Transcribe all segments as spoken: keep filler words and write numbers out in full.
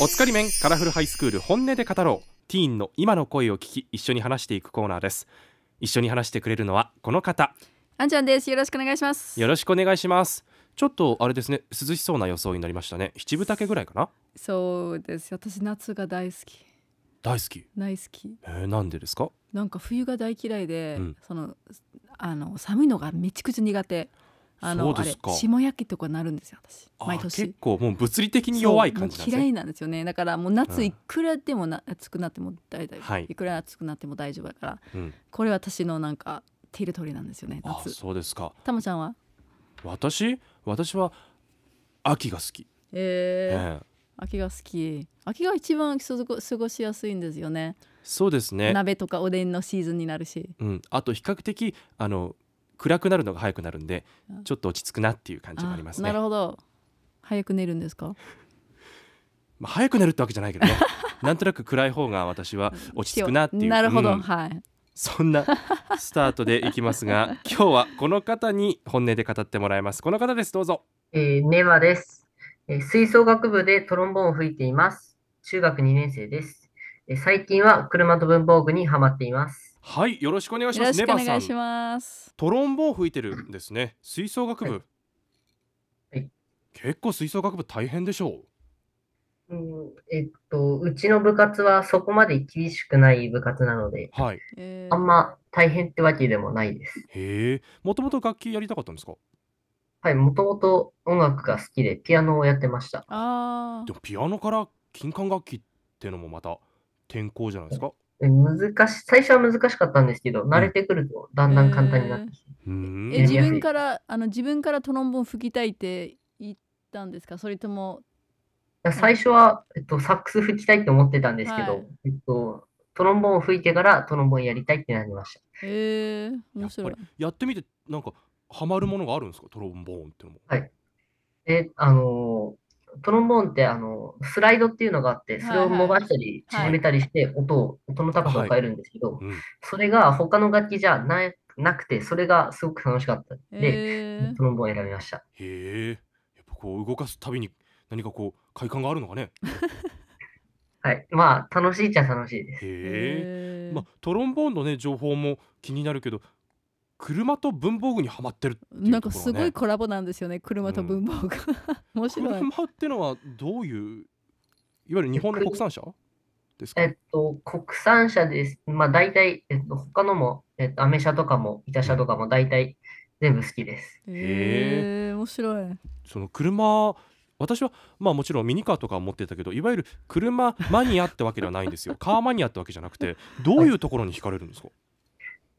つかり面カラフルハイスクール本音で語ろう。ティーンの今の声を聞き一緒に話していくコーナーです。一緒に話してくれるのはこの方、 あんちゃんです。よろしくお願いします。 よろしくお願いします。ちょっとあれですね、涼しそうな予想になりましたね。七分丈ぐらいかな。 そうです。私夏が大好き大好き。 大好きえー、なんでですか？ なんか冬が大嫌いで、 うん、 そのあの寒いのがめちゃくちゃ苦手。あのそうですか。 あれ霜焼けとかなるんですよ私毎年。 結構もう物理的に弱い感じなんですね。 嫌いなんですよね。だからもう夏いくらでもな、うん、暑くなっても大丈夫、はい、いくら暑くなっても大丈夫だから、うん、これは私のなんかテリトリーなんですよね夏。 あ、そうですか。 たまちゃんは？ 私私は秋が好き。 えーえー、秋が好き。秋が一番過ごしやすいんですよね。 そうですね。 鍋とかおでんのシーズンになるし、 うん、あと比較的あの暗くなるのが早くなるんでちょっと落ち着くなっていう感じがありますね。 なるほど。早く寝るんですか？ まあ、早く寝るってわけじゃないけどねなんとなく暗い方が私は落ち着くなっていうなるほど、うん、 はい、そんなスタートでいきますが今日はこの方に本音で語ってもらいます。この方です。どうぞ。 えー、ネバです、えー、吹奏楽部でトロンボーンを吹いています。中学にねん生です。えー、最近は車と文房具にハマっています。 はい、よろしくお願いします。 よろしくお願いします。 トロンボーン吹いてるんですね。吹奏楽部、はいはい、 結構吹奏楽部大変でしょう。うん、えっとうちの部活はそこまで厳しくない部活なので、はい、あんま大変ってわけでもないです。 へえ。もともと楽器やりたかったんですか？ はい、もともと音楽が好きでピアノをやってました。 あ、 でもピアノから金管楽器っていうのもまた転校じゃないですか？ 難しい、最初は難しかったんですけど、慣れてくるとだんだん簡単になってきて、 えー、え自分からあの自分からトロンボーン吹きたいって言ったんですか？それとも最初は、えっと、サックス吹きたいと思ってたんですけど、はい、えっと、トロンボーンを吹いてからトロンボーンやりたいってなりました。 へえー、面白い。 やっぱりやってみてなんかハマるものがあるんですか？トロンボーンってのも。 はい。で、あのトロンボーンってあのスライドっていうのがあって、それを伸ばしたり縮めたりして音を、音の高さを変えるんですけど、はい、うん、それが他の楽器じゃな、なくて、それがすごく楽しかったので、トロンボーンを選びました。 へえ。やっぱこう動かすたびに何かこう快感があるのかね。 はい。まあ楽しいっちゃ楽しいです。 へえ。まあトロンボーンのね情報も気になるけど、車と文房具にはまってるっていうところ、ね、 なんかすごいコラボなんですよね。車と文房具、うん、面白い。 車ってのはどういう、いわゆる日本の国産車ですか？ えっと国産車です。まあ大体、えっと、他のも、えっと、アメ車とかも板車とかも大体全部好きです。 うん、へえ、面白い。 その車、私はまあもちろんミニカーとかは持ってたけど、いわゆる車マニアってわけではないんですよ。カーマニアってわけじゃなくて、どういうところに惹かれるんですか？はい、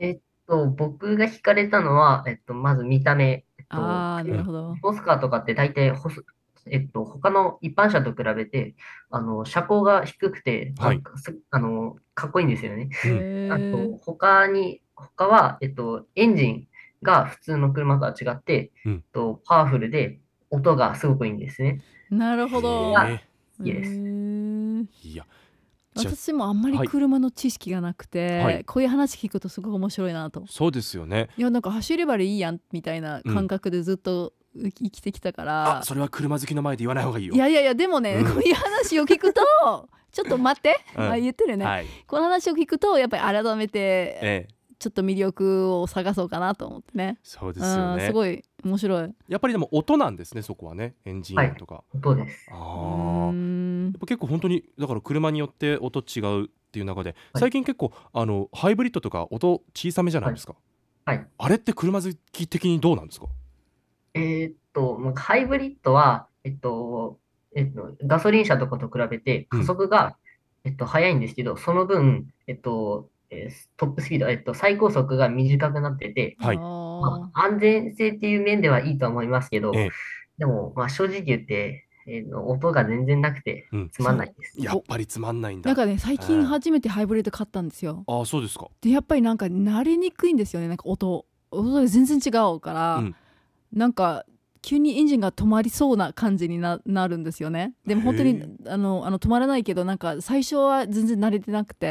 えっと僕が惹かれたのは、えっと、まず見た目。えっと、 あ、なるほど。 ボスカーとかって大体細、えっと、他の一般車と比べて、あの、車高が低くて、なんか、はい、あの、かっこいいんですよね。あと、他に、他は、えっと、エンジンが普通の車とは違って、うん、えっと、パワフルで、音がすごくいいんですね。 なるほど。 好きです。 いや、 私もあんまり車の知識がなくて、はい、こういう話聞くとすごく面白いなと。 そうですよね。 いや、なんか走ればいいやんみたいな感覚でずっと生きてきたから、 うん、あ、それは車好きの前で言わない方がいいよ。 いやいやいや、でもね、うん、こういう話を聞くとちょっと待って、うん、まあ言ってるね、はい、この話を聞くとやっぱり改めて、ええ、ちょっと魅力を探そうかなと思ってね。 そうですよね。 すごい面白い。 やっぱりでも音なんですね、そこはね。エンジン音とか、はい、 音です。 ああ、やっぱ結構本当にだから車によって音違うっていう中で、最近結構あのハイブリッドとか音小さめじゃないですか。 はいはい、 あれって車好き的にどうなんですか？ えー、っとハイブリッドは、えっとえっと、ガソリン車とかと比べて加速が、うん、えっと、速いんですけど、その分、えっとえー、トップスピード、えっと、最高速が短くなってて、はい、まあ、安全性っていう面ではいいと思いますけど、ええ、でも、まあ、正直言って、えー、音が全然なくてつまんないです、 うん、やっぱりつまんないんだ。 なんかね、最近初めてハイブリッド買ったんですよ。 ああ、そうですか。 でやっぱりなんか慣れにくいんですよね。なんか音音が全然違うから、うん、なんか急にエンジンが止まりそうな感じに な, なるんですよね。でも本当にあのあの止まらないけど、なんか最初は全然慣れてなくて、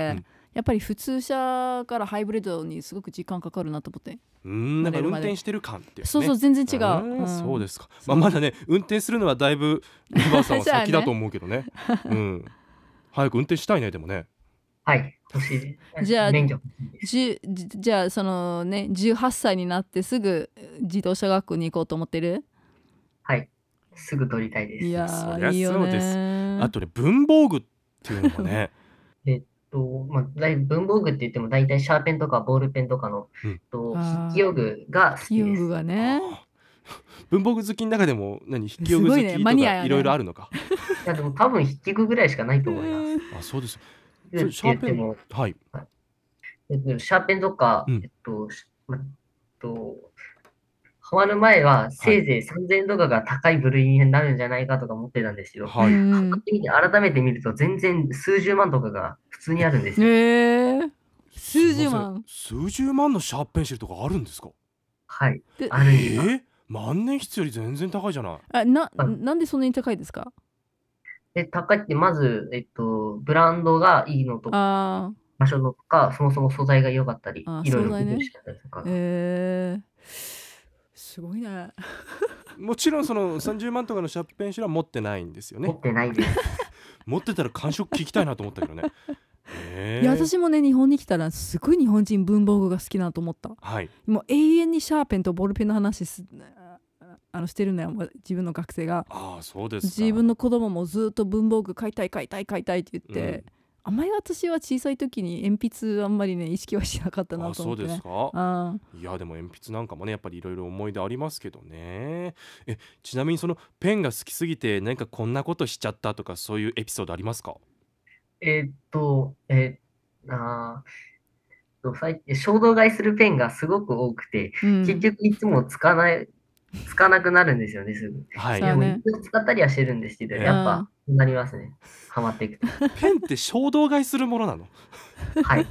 やっぱり普通車からハイブリッドにすごく時間かかるなと思って。 うん、なんか運転してる感って、ね、 そうそう、全然違う、 うん、そうですか、まあ、まだね運転するのはだいぶリバーさんは先だと思うけどねうん、早く運転したいね。でもね、 はい欲しいです。 じゃあ免許じじゃあそのねじゅうはっさいになってすぐ自動車学校に行こうと思ってる？ はいすぐ取りたいです。 いやそりゃいいよそうです。 ね。 あとね文房具っていうのもねえっと、まあ、だい文房具って言っても大体シャーペンとかボールペンとかの、 うんえっと、 あー筆記用具が好記きです。 用具がね。 文房具好きの中でも何筆記用具すごいね好きとマニアやねかいろいろあるのか。 いやでも多分筆記具ぐらいしかないと思います。 あ、そうです。 でってそれシャーペン言っても、 はい。 えっと、シャーペンとか、 うんえっと、しまえっと、ハマる前はせいぜいさんぜんえんとかが高い部類になるんじゃないかとか思ってたんですけど、 はい。 うん改めて見ると全然数十万とかが普通にあるんですよ。 へえ数十万。 すいません数十万のシャーペンシルとかあるんですか？ はいで。 あるんです。 えー、万年筆より全然高いじゃない。 あなあなんでそんなに高いですか？ で、高いってまず、えっと、ブランドがいいのとあ場所とか、そもそも素材が良かったり、 あいろいろ素材ね工夫してたりとかー。へえすごいね。 もちろんそのさんじゅうまんとかのシャーペンシルは持ってないんですよ持ね。 ってないです。 持ってたら感触聞きたいなと思ったけどね。えー、 いや私もね日本に来たらすごい日本人文房具が好きなと思った。 はい。 もう永遠にシャーペンとボールペンの話すあのしてるのよ自分の学生が。 ああそうですか。 自分の子供もずっと文房具買いたい買いたい買いたいって言って、 うんあんまり私は小さい時に鉛筆あんまりね意識はしなかったなあそうと思ってね。 ですか。 あいやでも鉛筆なんかもねやっぱりいろいろ思い出ありますけどね。えちなみにそのペンが好きすぎて何かこんなことしちゃったとかそういうエピソードありますか？ えーっと、えーあーと最近衝動買いするペンがすごく多くて、 うん、 結局いつも使わない、使わなくなるんですよね、すぐ。 はい。 でもそうね一応使ったりはしてるんですけど、 ええやっぱ、なりますね。ハマっていくと。 ペンって衝動買いするものなの？ はい。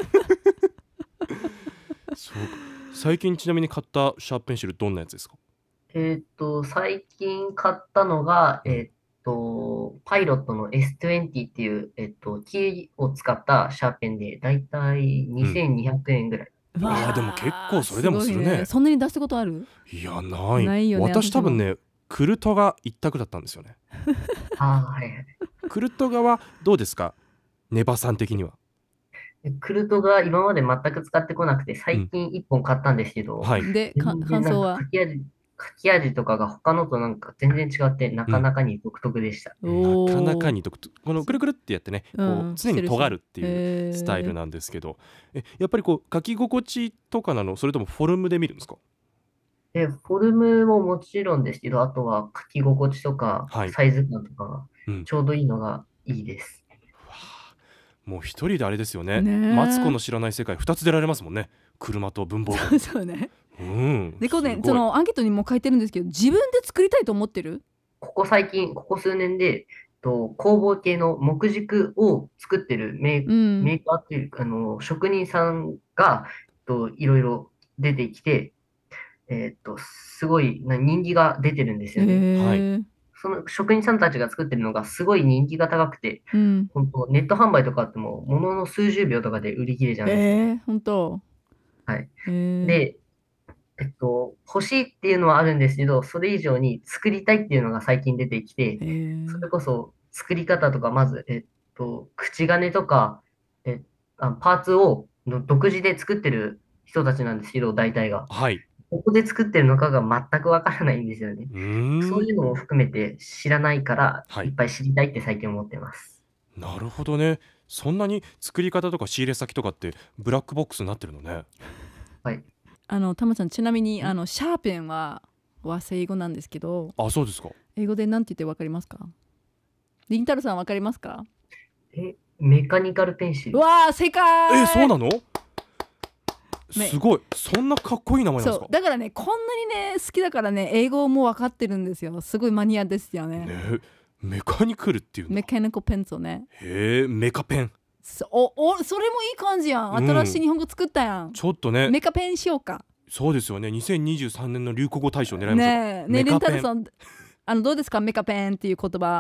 そうか。最近ちなみに買ったシャーペンシルどんなやつですか？ えーっと、最近買ったのが、 うんえーっと、パイロットの エスにじゅう っていう、えーっと、キーを使ったシャーペンで、だいたいにせんにひゃくえんぐらい。 あーでも結構それでもするねごいそんなに出したことある？ いやない。 ないよね私多分ねクルトガ一択だったんですよね。 ああ、はいはい。 クルトガはどうですか？ネバさん的には。 クルトが今まで全く使ってこなくて、最近いっぽん買ったんですけど、 はい。 でか全然なんか感想は書き味、書き味とかが他のとなんか全然違って、なかなかに独特でした。 おーなかなかに独特このくるくるってやってねこううん常に尖るっていうへースタイルなんですけど、えやっぱりこう書き心地とかなのそれともフォルムで見るんですか？ で、フォルムももちろんですけど、あとは書き心地とかはい、 サイズ感とかがうん、 ちょうどいいのがいいです。 わあもう一人であれですよね。 ねえマツコの知らない世界ふたつ出られますもんね。車と文房具。 そうね。 うん。 でこうねすごいそのアンケートにも書いてるんですけど自分で作りたいと思ってる？ ここ最近、ここ数年で、と工房系の木軸を作ってるメーうんメーカーっていうか、あの、職人さんが、といろいろ出てきて、えっと、すごいな人気が出てるんですへよね。 ーその職人さんたちが作ってるのがすごい人気が高くて、 うん本当ネット販売とかあっても、ものの数十秒とかで売り切れちゃうんですよ。 えー、本当。 はい。 へーで、えっと、欲しいっていうのはあるんですけど、それ以上に作りたいっていうのが最近出てきて、 へーそれこそ作り方とか、まず、えっと、口金とか、えあパーツをの独自で作ってる人たちなんですけど、大体が。 はい。 ここで作ってるのかが全くわからないんですよね。 うーん。 そういうのも含めて知らないから、 はいいっぱい知りたいって最近思ってます。 なるほどね。そんなに作り方とか仕入れ先とかってブラックボックスになってるのね。 はい。 あのたまちゃんちなみにあのシャーペンは和製英語なんですけどあ、そうですか。 英語で何て言ってわかりますか？りんたろーさんわかりますか？ え、メカニカルペンシル。 うわー正解。 え、そうなの？ めすごい。そんなかっこいい名前なんですか？ そうだからねこんなにね好きだからね英語も分かってるんですよ。すごいマニアですよね。 ね、メカニクルっていうんだ。 メカニカルペンツをね。 へえ、メカペン。 そおおそれもいい感じやん。新しい日本語作ったやん。 ちょっとね。 メカペンしようか。 そうですよね。にせんにじゅうさんねんの流行語大賞狙いましょう。 ねえねえりんメカペンたろーさんあのどうですかメカペンっていう言葉。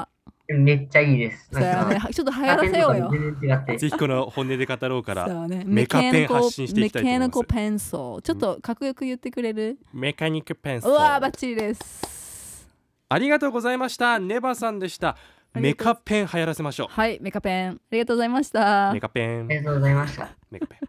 めっちゃいいです。 そうやね、ちょっと流行らせようよ。 ぜひこの本音で語ろうから、 ね、 メカペン発信していきたいと思います。 メカニコペンソー、ちょっとかっこよく言ってくれる？ メカニックペンソー。 うわー、バッチリです。 ありがとうございました。ネバさんでした。メカペン流行らせましょう。 はい、メカペン、ありがとうございました。 メカペン、 ありがとうございました。 メカペン。